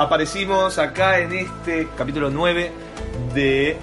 aparecimos acá en este capítulo 9 de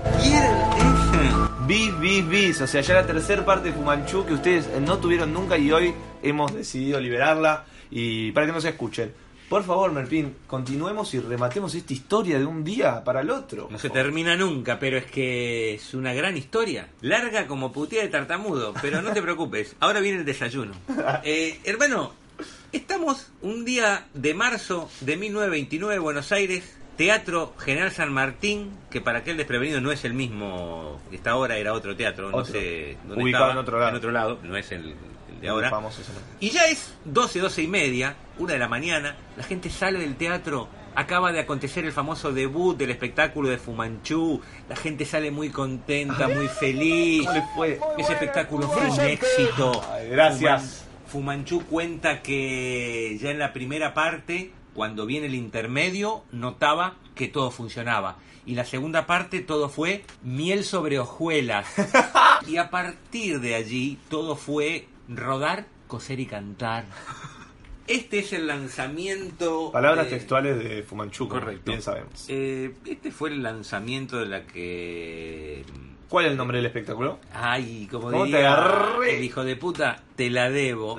Bis, o sea, ya la tercera parte de Fu Manchu que ustedes no tuvieron nunca y hoy hemos decidido liberarla y para que no se escuchen. Por favor, Merpín, continuemos y rematemos esta historia de un día para el otro. No se termina nunca, pero es que es una gran historia. Larga como putía de tartamudo, pero no te preocupes. Ahora viene el desayuno. Hermano, estamos un día de marzo de 1929, Buenos Aires, Teatro General San Martín, que para aquel desprevenido no es el mismo que está ahora, era otro teatro, no sé dónde ubicado estaba, en otro lado, no es el de ahora. Famoso, y ya es 12 y media, 1 de la mañana, la gente sale del teatro, acaba de acontecer el famoso debut del espectáculo de Fu Manchu, la gente sale muy contenta, muy feliz. ¿Cómo le fue? Ese espectáculo fue un éxito. Ay, gracias. Fu Manchu cuenta que ya en la primera parte, cuando viene el intermedio, notaba que todo funcionaba. Y la segunda parte todo fue miel sobre hojuelas. Y a partir de allí todo fue rodar, coser y cantar. Este es el lanzamiento... Palabras textuales de Fu Manchu, correcto. Bien sabemos. Este fue el lanzamiento de la que... ¿Cuál es el nombre del espectáculo? Ay, como ¿Cómo diría te agarré? el hijo de puta, te la debo.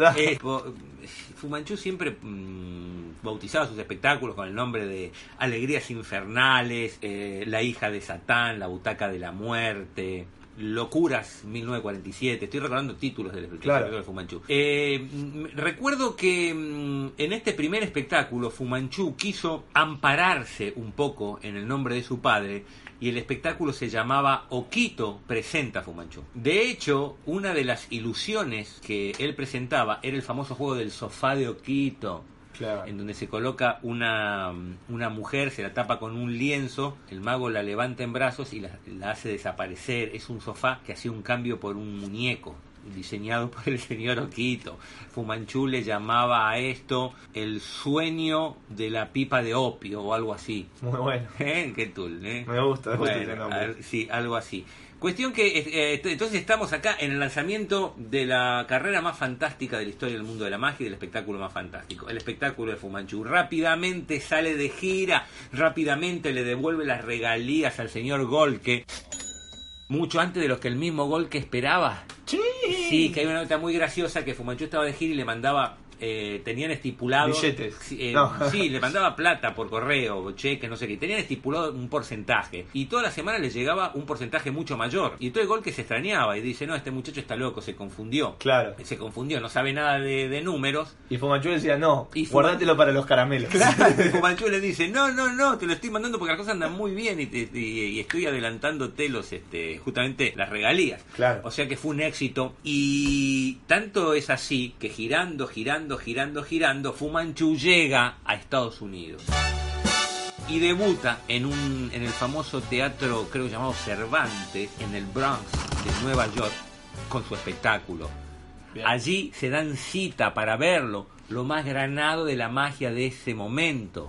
Fu Manchu siempre bautizaba sus espectáculos con el nombre de Alegrías Infernales, La hija de Satán, La butaca de la muerte, Locuras 1947. Estoy recordando títulos del espectáculo de Fu Manchu. Recuerdo que en este primer espectáculo Fu Manchu quiso ampararse un poco en el nombre de su padre y el espectáculo se llamaba Okito presenta Fu Manchu. De hecho, una de las ilusiones que él presentaba era el famoso juego del sofá de Okito. Claro. En donde se coloca una mujer, se la tapa con un lienzo, el mago la levanta en brazos y la hace desaparecer. Es un sofá que hacía un cambio por un muñeco diseñado por el señor Okito. Fu Manchu le llamaba a esto el sueño de la pipa de opio o algo así. Muy bueno. Qué tul, Me gusta ese nombre. Sí, algo así. Cuestión que entonces estamos acá en el lanzamiento de la carrera más fantástica de la historia del mundo de la magia y del espectáculo más fantástico, el espectáculo de Fu Manchu. Rápidamente sale de gira, rápidamente le devuelve las regalías al señor Golke, mucho antes de lo que el mismo Golke esperaba. Sí, que hay una nota muy graciosa que Fu Manchu estaba de gira y le mandaba... tenían estipulado billetes. Sí, le mandaba plata por correo, cheques, no sé qué, tenían estipulado un porcentaje y toda la semana le llegaba un porcentaje mucho mayor y todo el gol que se extrañaba y dice, no, este muchacho está loco, se confundió. Claro. Se confundió, no sabe nada de números. Y Fu Manchu decía, no, guardátelo para los caramelos. Claro. Fu Manchu le dice, no, te lo estoy mandando porque las cosas andan muy bien y estoy adelantándote justamente las regalías. Claro. O sea que fue un éxito y tanto es así que girando, Fu Manchu llega a Estados Unidos y debuta en el famoso teatro, creo llamado Cervantes, en el Bronx de Nueva York, con su espectáculo. Bien. Allí se dan cita para verlo, lo más granado de la magia de ese momento.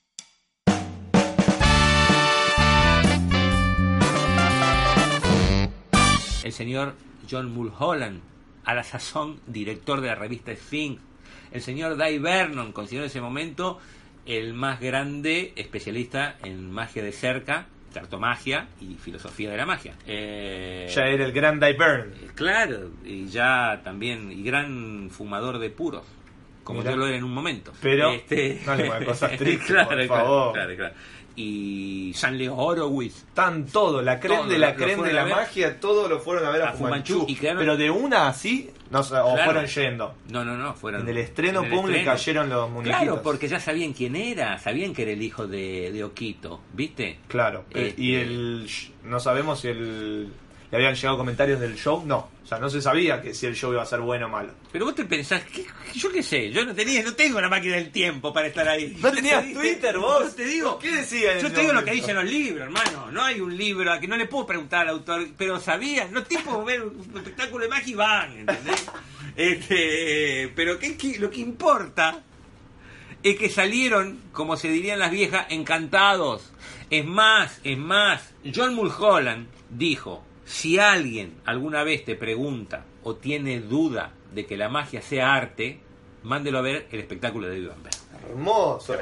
El señor John Mulholland, a la sazón director de la revista Sphinx. El señor Dai Vernon, considerado en ese momento el más grande especialista en magia de cerca, cartomagia y filosofía de la magia. Ya era el gran Dai Vernon. Claro, y ya también, y gran fumador de puros, como yo lo era en un momento. Pero no le pongas cosas tristes, claro, por favor. Claro. Y San Leo Horowitz. Están todo, la creme de la creme de la magia, todo lo fueron a ver a Fu Manchu. Pero de una así, no, o fueron yendo. No, fueron. En el estreno, le cayeron los muñequitos. Claro, porque ya sabían quién era, sabían que era el hijo de Okito, ¿viste? Claro, y no sabemos si le habían llegado comentarios del show, no. O sea, no se sabía que si el show iba a ser bueno o malo. Pero vos te pensás, yo qué sé, yo no tengo la máquina del tiempo para estar ahí. ¿No tenías Twitter vos? Yo te digo, ¿qué decían? Yo te digo lo que dicen los libros, hermano. No hay un libro a que no le puedo preguntar al autor, pero sabían, los tipos ver un espectáculo de magia y van, ¿entendés? Pero lo que importa es que salieron, como se dirían las viejas, encantados. Es más, John Mulholland dijo: si alguien alguna vez te pregunta o tiene duda de que la magia sea arte, mándelo a ver el espectáculo de David Van Berg. Hermoso.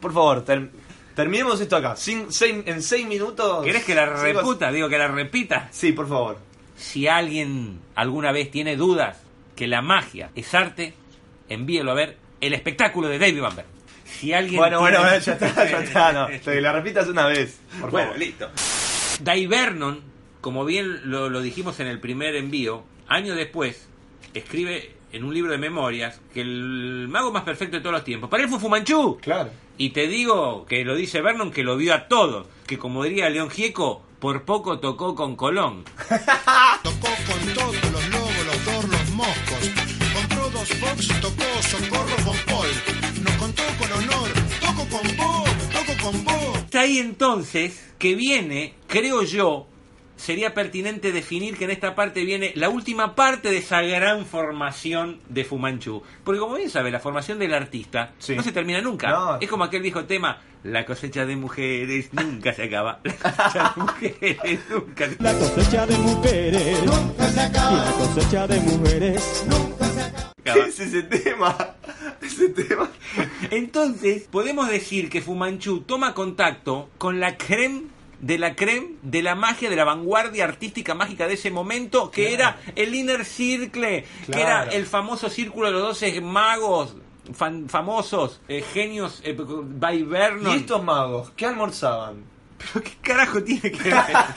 por favor, terminemos esto acá. En 6 minutos. ¿Querés que la reputa? Digo, que la repita. Sí, por favor. Si alguien alguna vez tiene dudas que la magia es arte, envíelo a ver el espectáculo de David Bamber. Si alguien bueno, ya está, no. Que la repitas una vez, por favor. Listo. Dai Vernon, como bien lo dijimos en el primer envío, años después, escribe en un libro de memorias que el mago más perfecto de todos los tiempos, para él fue Fu Manchu. Claro. Y te digo que lo dice Vernon, que lo vio a todos, que como diría León Gieco, por poco tocó con Colón. Tocó con todos los lobos, los doros, los moscos. Compró 2 box, tocó Socorro con Paul. Nos contó con honor, toco con vos, toco con vos. Está ahí entonces que viene, creo yo, sería pertinente definir que en esta parte viene la última parte de esa gran formación de Fu Manchu. Porque como bien sabe, la formación del artista no se termina nunca. No. Es como aquel viejo tema, la cosecha de mujeres nunca se acaba. La cosecha de mujeres nunca se acaba. La cosecha de mujeres nunca se acaba. Y la cosecha de mujeres nunca se acaba. ¿Qué es ese tema? Entonces, podemos decir que Fu Manchu toma contacto con la creme de la magia, de la vanguardia artística mágica de ese momento, que era el Inner Circle, que era el famoso círculo de los 12 magos famosos, genios, by Vernon. ¿Y estos magos qué almorzaban? ¿Pero qué carajo tiene que ver?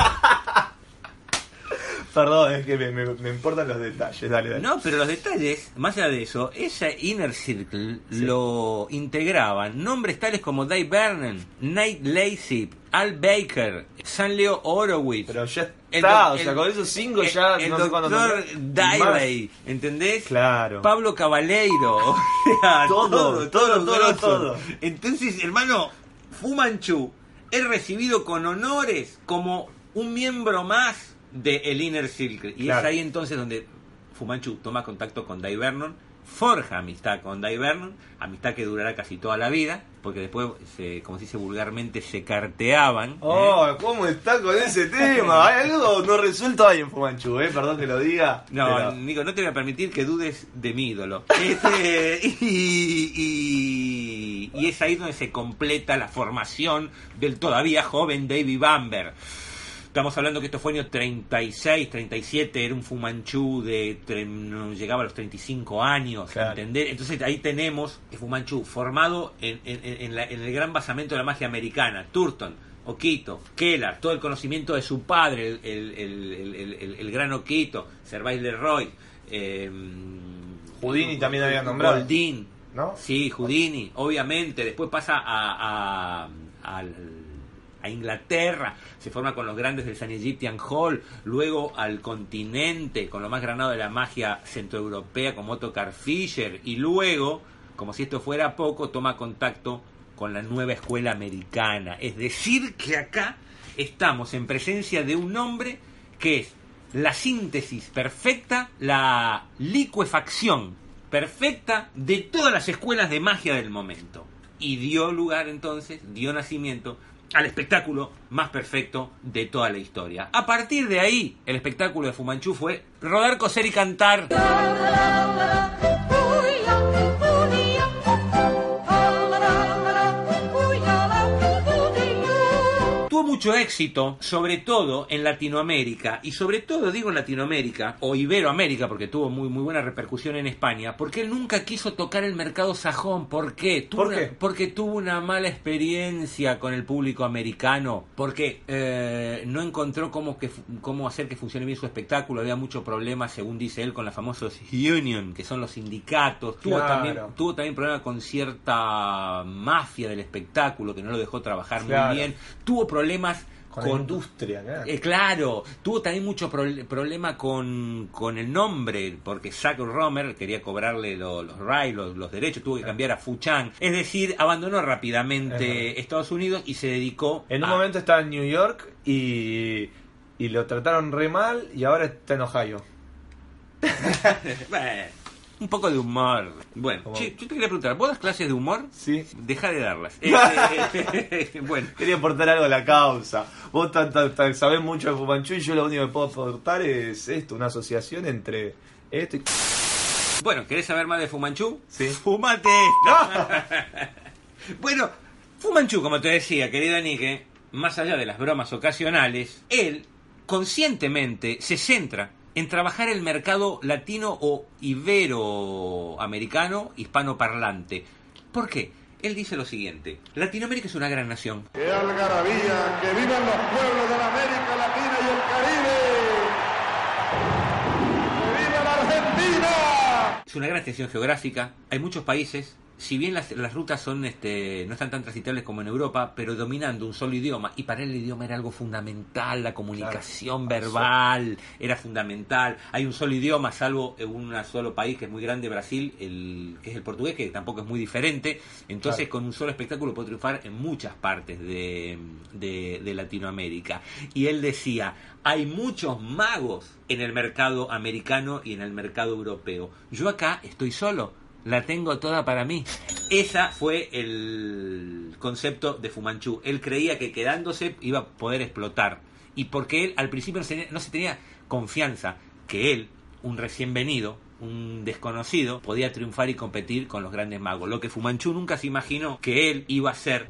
Perdón, es que me importan los detalles, dale. No, pero los detalles, más allá de eso, ese Inner Circle lo integraban nombres tales como Dave Vernon, Nate Lacey, Al Baker, San Leo Horowitz. Pero ya está, con esos 5 ya el no sé cuándo doctor Diley, ¿entendés? Claro. Pablo Cabaleiro, o sea, todo. Entonces, hermano, Fu Manchu es recibido con honores como un miembro más de el Inner Circle. Y es ahí entonces donde Fu Manchu toma contacto con Dai Vernon, forja amistad con Dai Vernon, amistad que durará casi toda la vida, porque después, como se dice vulgarmente, se carteaban. ¿Cómo está con ese tema? Hay algo no resuelto ahí en Fu Manchu, perdón que lo diga. No, pero... Nico, no te voy a permitir que dudes de mi ídolo. Y es ahí donde se completa la formación del todavía joven David Bamber. Estamos hablando que esto fue en el 36, 37, era un Fu Manchu no llegaba a los 35 años, claro. ¿entendés? Entonces ahí tenemos el Fu Manchu formado en el gran basamento de la magia americana. Turton, Okito, Kellar, todo el conocimiento de su padre, el gran Okito, Servais Leroy, Houdini también había nombrado. Goldin, ¿no? Sí, Houdini, obviamente. Después pasa a Inglaterra, se forma con los grandes del San Egyptian Hall, luego al continente, con lo más granado de la magia centroeuropea como Ottokar Fischer, y luego, como si esto fuera poco, toma contacto con la nueva escuela americana. Es decir, que acá estamos en presencia de un hombre que es la síntesis perfecta, la licuefacción perfecta de todas las escuelas de magia del momento. Y dio lugar entonces, dio nacimiento al espectáculo más perfecto de toda la historia. A partir de ahí, el espectáculo de Fu Manchu fue rodar, coser y cantar. Tuvo mucho éxito, sobre todo en Latinoamérica, y sobre todo digo en Latinoamérica, o Iberoamérica, porque tuvo muy buena repercusión en España, porque él nunca quiso tocar el mercado sajón. ¿Por qué? Porque tuvo una mala experiencia con el público americano, porque no encontró cómo hacer que funcione bien su espectáculo, había muchos problemas, según dice él, con los famosos union, que son los sindicatos. Claro. Tuvo también problemas con cierta mafia del espectáculo, que no lo dejó trabajar muy bien. Tuvo problemas con la industria, claro, tuvo también mucho problema con el nombre, porque Zack Romer quería cobrarle los derechos, tuvo que cambiar a Fu Chang. Es decir, abandonó rápidamente Estados Unidos y se dedicó un momento estaba en New York y lo trataron re mal, y ahora está en Ohio. Un poco de humor. Bueno, yo te quería preguntar, ¿vos das clases de humor? Sí. Deja de darlas. Bueno. Quería aportar algo a la causa. Vos sabés mucho de Fu Manchu y yo lo único que puedo aportar es esto, una asociación entre esto y... Bueno, ¿querés saber más de Fu Manchu? Sí. ¡Fumate! Bueno, Fu Manchu, como te decía, querido Anique, más allá de las bromas ocasionales, él conscientemente se centra en trabajar el mercado latino o iberoamericano, hispanoparlante. ¿Por qué? Él dice lo siguiente: Latinoamérica es una gran nación. ¡Qué algarabía! ¡Que vivan los pueblos de la América Latina y el Caribe! ¡Que viva la Argentina! Es una gran extensión geográfica, hay muchos países. Si bien las rutas son no están tan transitables como en Europa, pero dominando un solo idioma, y para él el idioma era algo fundamental, la comunicación verbal era fundamental. Hay un solo idioma, salvo en un solo país que es muy grande, Brasil, que es el portugués, que tampoco es muy diferente. Entonces, con un solo espectáculo puede triunfar en muchas partes de Latinoamérica. Y él decía: hay muchos magos en el mercado americano y en el mercado europeo. Yo acá estoy solo. La tengo toda para mí. Ese fue el concepto de Fu Manchu. Él creía que quedándose iba a poder explotar. Y porque él al principio no se tenía confianza que él, un recién venido, un desconocido, podía triunfar y competir con los grandes magos. Lo que Fu Manchu nunca se imaginó que él iba a ser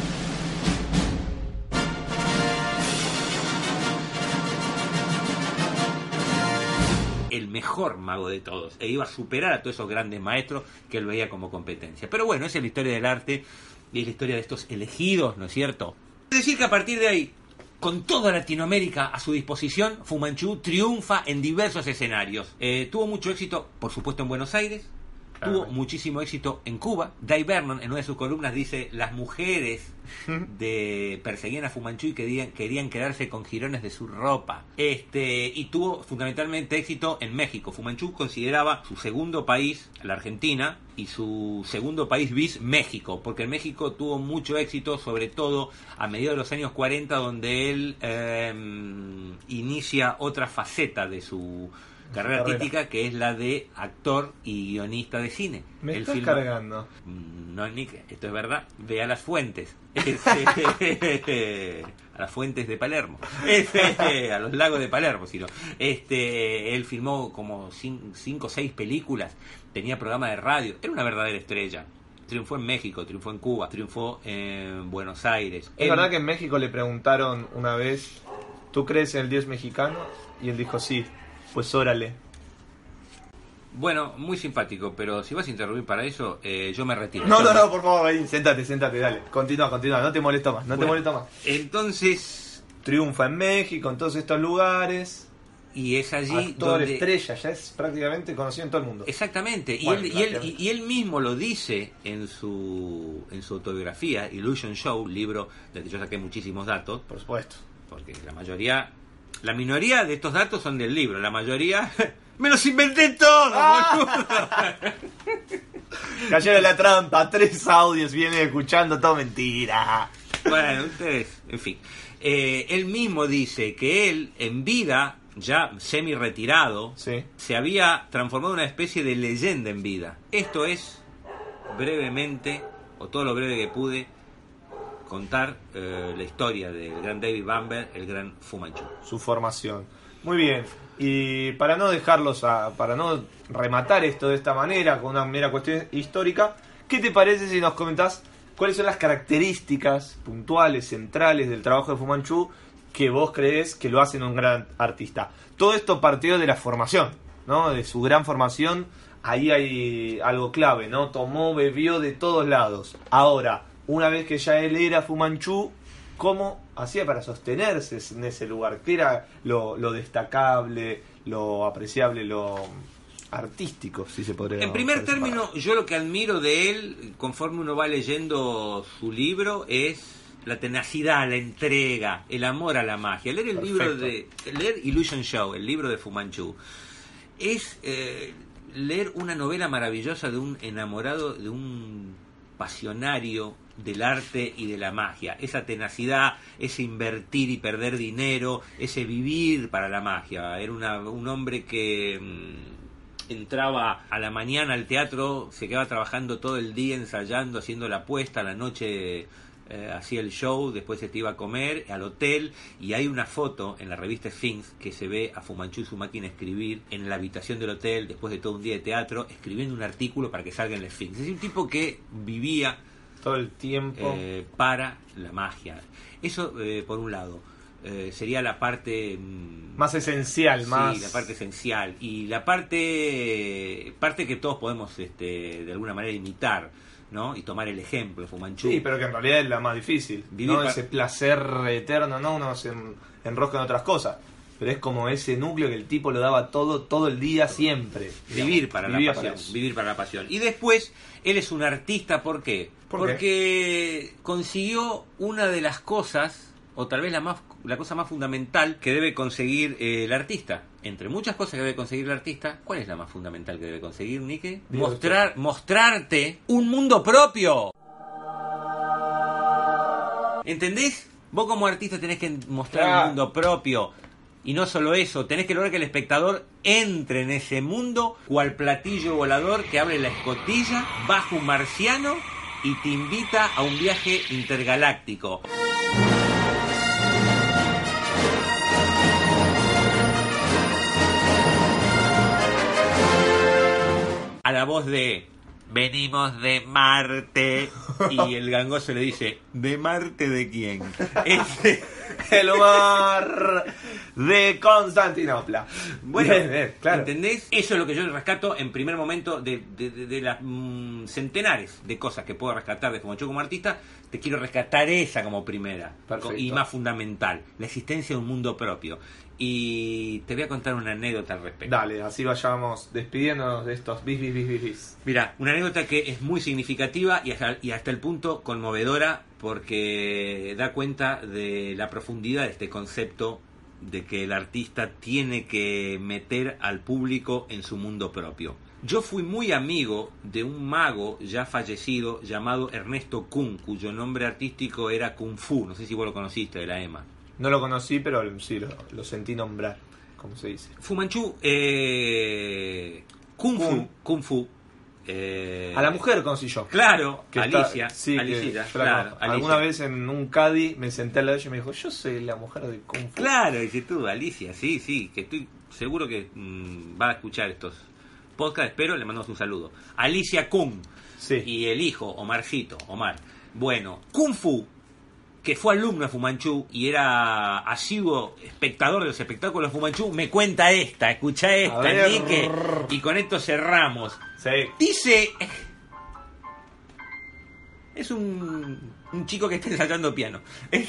el mejor mago de todos, e iba a superar a todos esos grandes maestros que él veía como competencia. Pero bueno, esa es la historia del arte y es la historia de estos elegidos, ¿no es cierto? Es decir que a partir de ahí, con toda Latinoamérica a su disposición, Fu Manchu triunfa en diversos escenarios. Tuvo mucho éxito, por supuesto, en Buenos Aires. Tuvo muchísimo éxito en Cuba. Dai Vernon, en una de sus columnas, dice: las mujeres perseguían a Fu Manchu y querían quedarse con jirones de su ropa. Y tuvo fundamentalmente éxito en México. Fu Manchu consideraba su segundo país, la Argentina, y su segundo país bis, México, porque en México tuvo mucho éxito, sobre todo a mediados de los años 40, donde él inicia otra faceta de su carrera artística, que es la de actor y guionista de cine. Me estás cargando. No, Nick, esto es verdad. Ve a las fuentes. A las fuentes de Palermo. A los lagos de Palermo, sino. Él filmó como 5 o 6 películas. Tenía programa de radio. Era una verdadera estrella. Triunfó en México, triunfó en Cuba, triunfó en Buenos Aires. Es verdad que en México le preguntaron una vez: ¿tú crees en el Dios mexicano? Y él dijo: sí. Pues órale. Bueno, muy simpático, pero si vas a interrumpir para eso, yo me retiro. No, por favor, ahí, sentate, dale. Continúa, no te molesto más, te molesto más. Entonces, triunfa en México, en todos estos lugares. Y es allí actor donde estrella, ya es prácticamente conocido en todo el mundo. Exactamente, bueno, y él mismo lo dice en su autobiografía, Illusion Show, libro del que yo saqué muchísimos datos. Por supuesto. Porque la minoría de estos datos son del libro, la mayoría me los inventé todos. Cayeron en la trampa, 3 audios vienen escuchando, todo mentira. Bueno, ustedes, en fin. Él mismo dice que él, en vida, ya semi-retirado, sí, se había transformado en una especie de leyenda en vida. Esto es, brevemente, o todo lo breve que pude, contar la historia del gran David Bamber, el gran Fu Manchu. Su formación. Muy bien. Y para no para no rematar esto de esta manera, con una mera cuestión histórica, ¿qué te parece si nos comentás cuáles son las características puntuales, centrales del trabajo de Fu Manchu que vos creés que lo hacen un gran artista? Todo esto partió de la formación, ¿no? De su gran formación. Ahí hay algo clave, ¿no? Bebió de todos lados. Ahora, una vez que ya él era Fu Manchu, ¿cómo hacía para sostenerse en ese lugar? ¿Qué era lo destacable, lo apreciable, lo artístico, si se podría decir? En primer término, yo lo que admiro de él, conforme uno va leyendo su libro, es la tenacidad, la entrega, el amor a la magia. Leer leer Illusion Show, el libro de Fu Manchu, es leer una novela maravillosa de un enamorado, de un pasionario del arte y de la magia. Esa tenacidad, ese invertir y perder dinero, ese vivir para la magia. Era un hombre que entraba a la mañana al teatro, se quedaba trabajando todo el día ensayando, haciendo la puesta, a la noche hacía el show, después se iba a comer al hotel, y hay una foto en la revista Sphinx que se ve a Fu Manchu y su máquina de escribir en la habitación del hotel después de todo un día de teatro, escribiendo un artículo para que salga en la Sphinx. Es un tipo que vivía todo el tiempo. Para la magia. Eso, por un lado, sería la parte... más esencial, más... Sí, la parte esencial. Y la parte que todos podemos, de alguna manera, imitar, ¿no? Y tomar el ejemplo, Fu Manchu. Sí, pero que en realidad es la más difícil. ¿No? Ese placer eterno, ¿no? Uno se enrosca en otras cosas. Pero es como ese núcleo que el tipo lo daba todo el día, siempre. Vivir para la pasión. Vivir para la pasión. Y después, él es un artista, ¿por qué? Porque consiguió una de las cosas, o tal vez la cosa más fundamental que debe conseguir el artista. Entre muchas cosas que debe conseguir el artista, ¿cuál es la más fundamental que debe conseguir, Nike? Mostrarte un mundo propio. ¿Entendés? Vos como artista tenés que mostrar un mundo propio. Y no solo eso, tenés que lograr que el espectador entre en ese mundo cual platillo volador que abre la escotilla, baja un marciano y te invita a un viaje intergaláctico. A la voz de venimos de Marte y el gangoso le dice ¿de Marte de quién? El Omar de Constantinopla. Bueno, bien, claro. ¿Entendés? Eso es lo que yo rescato en primer momento de las centenares de cosas que puedo rescatar de Fu Manchu como artista. Te quiero rescatar esa como primera. Perfecto. Y más fundamental, la existencia de un mundo propio. Y te voy a contar una anécdota al respecto. Dale, así vayamos despidiéndonos de estos bis. Mira, una anécdota que es muy significativa y hasta el punto conmovedora, porque da cuenta de la profundidad de este concepto de que el artista tiene que meter al público en su mundo propio. Yo fui muy amigo de un mago ya fallecido llamado Ernesto Kung, cuyo nombre artístico era Kung Fu. No sé si vos lo conociste, de la EMA. No lo conocí, pero sí lo sentí nombrar, como se dice. Fu Manchu, Kung Fu. A la mujer conocí yo. Claro, que Alicia. Alicia. Claro, Alguna Alicia. vez en un Caddy me senté al lado de ella y me dijo, yo soy la mujer de Kung Fu. Claro, dice tú, Alicia, sí, que estoy seguro que va a escuchar estos podcasts, espero, le mandamos un saludo. Alicia Kung, sí. Y el hijo, Omar. Bueno, Kung Fu, que fue alumno de Fu Manchu y era asiduo espectador de los espectáculos de Fu Manchu, me cuenta escucha esta, Nike, y con esto cerramos. Sí. Dice, es un chico que está ensayando piano.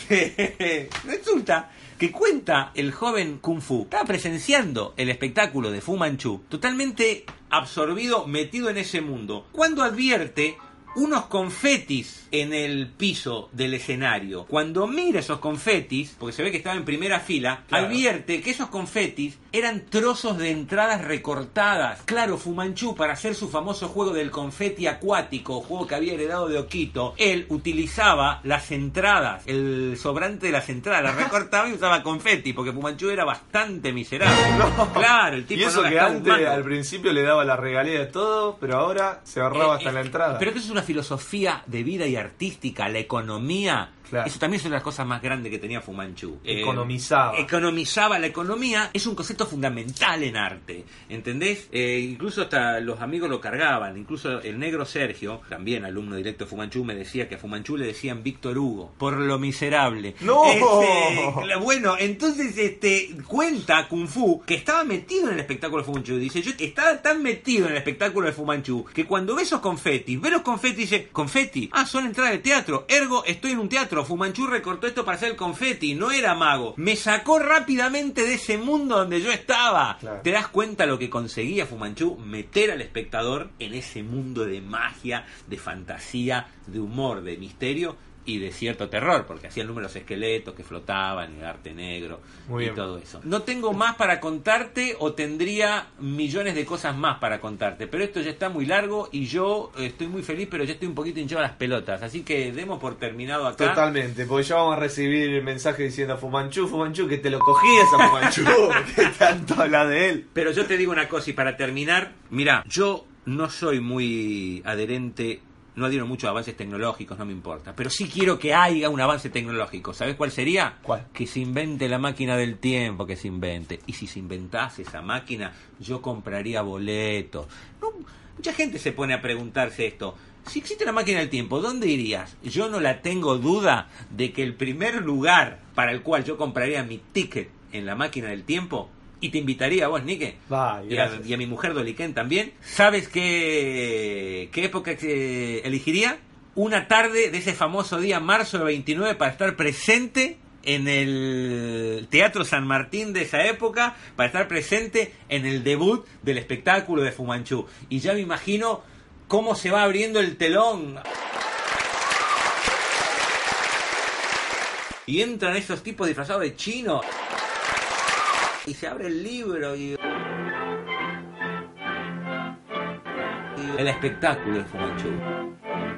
Resulta que cuenta el joven Kung Fu, estaba presenciando el espectáculo de Fu Manchu, totalmente absorbido, metido en ese mundo, cuando advierte unos confetis en el piso del escenario. Cuando mira esos confetis, porque se ve que estaba en primera fila, claro, advierte que esos confetis eran trozos de entradas recortadas. Claro, Fu Manchu, para hacer su famoso juego del confeti acuático, juego que había heredado de Okito, él utilizaba las entradas, el sobrante de las entradas, las recortaba y usaba confeti, porque Fu Manchu era bastante miserable. No. Claro, el tipo y eso no que antes, al principio le daba la regalía de todo, pero ahora se ahorraba hasta la entrada. Pero que eso es una filosofía de vida y artística, la economía. Claro. Eso también es una de las cosas más grandes que tenía Fu Manchu. Economizaba. La economía es un concepto fundamental en arte, ¿entendés? Incluso hasta los amigos lo cargaban. Incluso el negro Sergio, también alumno directo de Fu Manchu, me decía que a Fu Manchu le decían Víctor Hugo, por lo miserable. ¡No! Bueno, entonces cuenta Kung Fu que estaba metido en el espectáculo de Fu Manchu. Dice, yo estaba tan metido en el espectáculo de Fu Manchu que cuando ve esos confetis, dice, confeti, son entradas de teatro, ergo estoy en un teatro. Fu Manchu recortó esto para hacer el confeti, no era mago. Me sacó rápidamente de ese mundo donde yo estaba. Claro. ¿Te das cuenta lo que conseguía Fu Manchu? Meter al espectador en ese mundo de magia, de fantasía, de humor, de misterio y de cierto terror, porque hacían números esqueletos que flotaban, el arte negro y todo eso. No tengo más para contarte, o tendría millones de cosas más para contarte, pero esto ya está muy largo y yo estoy muy feliz, pero ya estoy un poquito hinchado a las pelotas, así que demos por terminado acá. Totalmente, porque ya vamos a recibir el mensaje diciendo Fu Manchu, que te lo cogías a Fu Manchu, que tanto habla de él. Pero yo te digo una cosa, y para terminar, mira, yo no soy muy adherente no adhiero mucho a avances tecnológicos, no me importa. Pero sí quiero que haya un avance tecnológico. ¿Sabes cuál sería? ¿Cuál? Que se invente la máquina del tiempo, que se invente. Y si se inventase esa máquina, yo compraría boletos. No, mucha gente se pone a preguntarse esto. Si existe la máquina del tiempo, ¿dónde irías? Yo no la tengo duda de que el primer lugar para el cual yo compraría mi ticket en la máquina del tiempo, y te invitaría a vos, Nique, y a mi mujer Doliquén también. ¿Sabes qué época elegiría? Una tarde de ese famoso día, marzo del 29, para estar presente en el Teatro San Martín de esa época, para estar presente en el debut del espectáculo de Fu Manchu. Y ya me imagino cómo se va abriendo el telón. Y entran esos tipos disfrazados de chino. Y se abre el libro y el espectáculo de Fu Manchu.